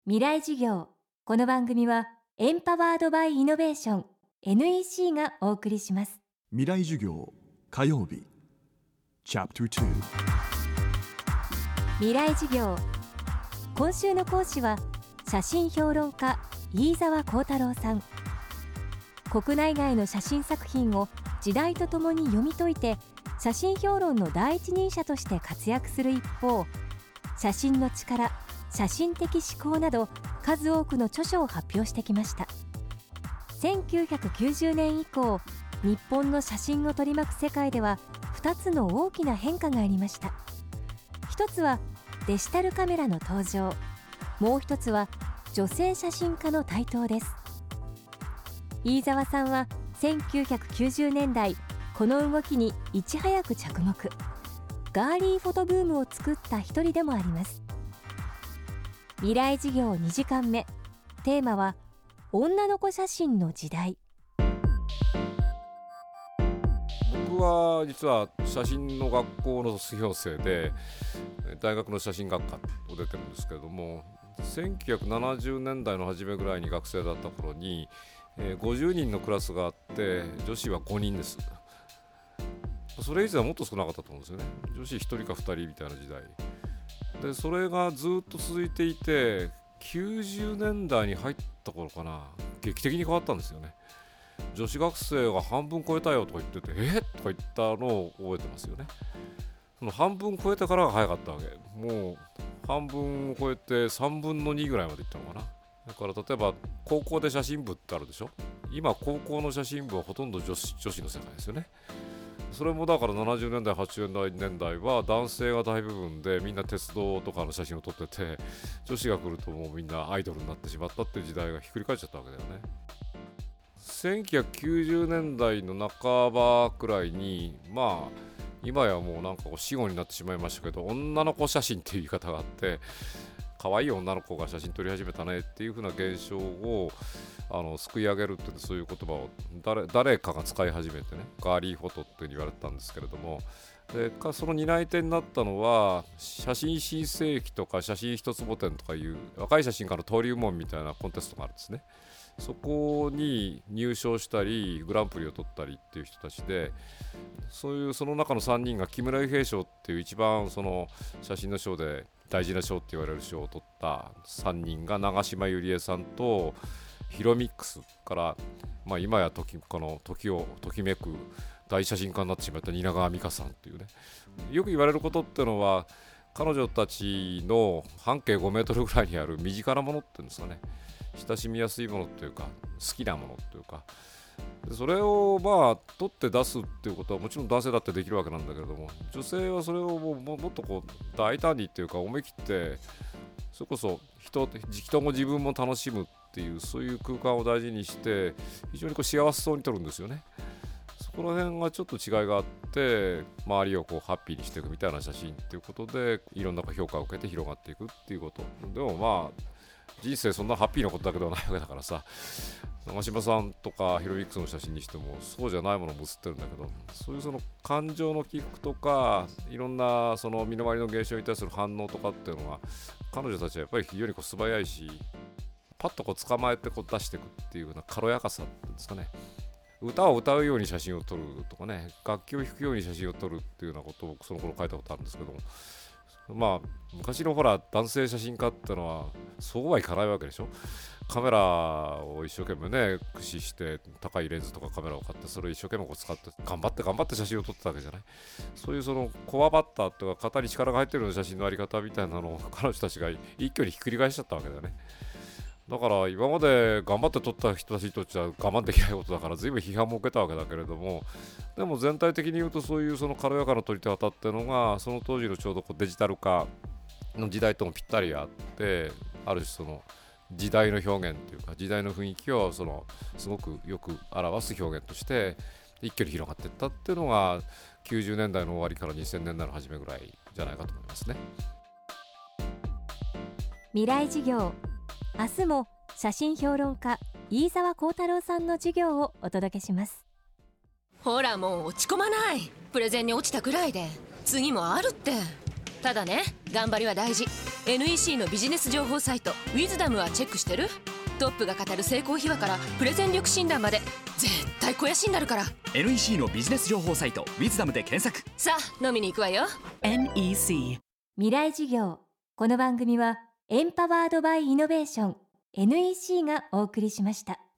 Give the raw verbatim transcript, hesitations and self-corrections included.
未来事業。この番組はエンパワードバイイノベーション エヌイーシー がお送りします。 未来授業火曜日チャプターツー未来事業。今週の講師は写真評論家飯沢幸太郎さん。国内外の写真作品を時代とともに読み解いて写真評論の第一人者として活躍する一方、写真の力、写真的思考など数多くの著書を発表してきました。せんきゅうひゃくきゅうじゅうねん以降、日本の写真を取り巻く世界ではふたつの大きな変化がありました。一つはデジタルカメラの登場、もう一つは女性写真家の台頭です。飯沢さんはせんきゅうひゃくきゅうじゅうねんだい、この動きにいち早く着目、ガーリーフォトブームを作った一人でもあります。未来事業にじかんめ、テーマは女の子写真の時代。 僕は実は写真の学校の卒業生で大学の写真学科を出てるんですけれども、せんきゅうひゃくななじゅうねんだいの初めぐらいに学生だった頃にごじゅうにんのクラスがあって女子はごにんです。それ以前はもっと少なかったと思うんですよね。女子ひとりかふたりみたいな時代で、それがずっと続いていて、きゅうじゅうねんだいに入った頃かな、劇的に変わったんですよね。女子学生が半分超えたよとか言ってて、えっとか言ったのを覚えてますよね。その半分超えてからが早かったわけ。もう半分を超えてさんぶんのにぐらいまでいったのかな。だから例えば高校で写真部ってあるでしょ。今高校の写真部はほとんど女子、女子の世界ですよね。それもだからななじゅうねんだいはちじゅうねんだいは男性が大部分でみんな鉄道とかの写真を撮ってて、女子が来るともうみんなアイドルになってしまったっていう時代がひっくり返っちゃったわけだよね。せんきゅうひゃくきゅうじゅうねんだいの半ばくらいに、まあ今やもうなんかこう死語になってしまいましたけど、女の子写真っていう言い方があって、可愛い女の子が写真撮り始めたねっていう風な現象をあのすくい上げるっていう、そういう言葉を 誰, 誰かが使い始めてね、ガーリーフォトって言われたんですけれども、でかその担い手になったのは写真新世紀とか写真一坪展とかいう若い写真家の登竜門みたいなコンテストがあるんですね。そこに入賞したりグランプリを取ったりっていう人たちで、そういうその中のさんにんが木村伊兵衛賞っていう一番その写真の賞で大事な賞って言われる賞を取ったさんにんが長嶋ゆりえさんとヒロミックスから、まあ、今や時この時をときめく大写真家になってしまった蜷川美香さんっていうね、よく言われることってのは、彼女たちの半径ごメートルぐらいにある身近なものっていうんですかね、親しみやすいものっていうか好きなものっていうか、それをまあ取って出すっていうことはもちろん男性だってできるわけなんだけれども、女性はそれをも も, もっとこう大胆にっていうか思い切って、それこそ 人, 人も自分も楽しむっていう、そういう空間を大事にして非常にこう幸せそうに撮るんですよね。そこら辺がちょっと違いがあって、周りをこうハッピーにしていくみたいな写真っていうことで、いろんな評価を受けて広がっていくっていうこと。でもまあ人生そんなハッピーなことだけではないわけだからさ、長嶋さんとかヒロミックスの写真にしてもそうじゃないものも写ってるんだけど、そういうその感情の起伏とかいろんなその身の回りの現象に対する反応とかっていうのが、彼女たちはやっぱり非常にこう素早いし、パッとこう捕まえてこう出していくっていうような軽やかさっていうんですかね。歌を歌うように写真を撮るとかね、楽器を弾くように写真を撮るっていうようなことをその頃書いたことあるんですけども、まあ昔のほら男性写真家ってのはそうはいかないわけでしょ。カメラを一生懸命ね駆使して高いレンズとかカメラを買って、それを一生懸命こう使って頑張って頑張って写真を撮ってたわけじゃない。そういうそのコアバッターとか肩に力が入ってるような写真のあり方みたいなのを彼女たちが一挙にひっくり返しちゃったわけだよね。だから今まで頑張って撮った人たちにとっては我慢できないことだから随分批判も受けたわけだけれども、でも全体的に言うとそういうその軽やかな撮り手を当たってるのが、その当時のちょうどこうデジタル化の時代ともぴったりあって、ある種その時代の表現というか時代の雰囲気をそのすごくよく表す表現として一挙に広がっていったっていうのがきゅうじゅうねんだいの終わりからにせんねんだいの初めぐらいじゃないかと思いますね。 未来事業。明日も写真評論家飯沢幸太郎さんの授業をお届けします。 ほらもう落ち込まない。プレゼンに落ちたくらいで次もあるって。 ただね、頑張りは大事。 エヌイーシー のビジネス情報サイトウィズダムはチェックしてる？トップが語る成功秘話からプレゼン力診断まで絶対肥やしになるから。 エヌイーシー のビジネス情報サイトウィズダムで検索。 さあ飲みに行くわよ。 エヌイーシー未来事業。この番組はエンパワードバイイノベーション エヌイーシー がお送りしました。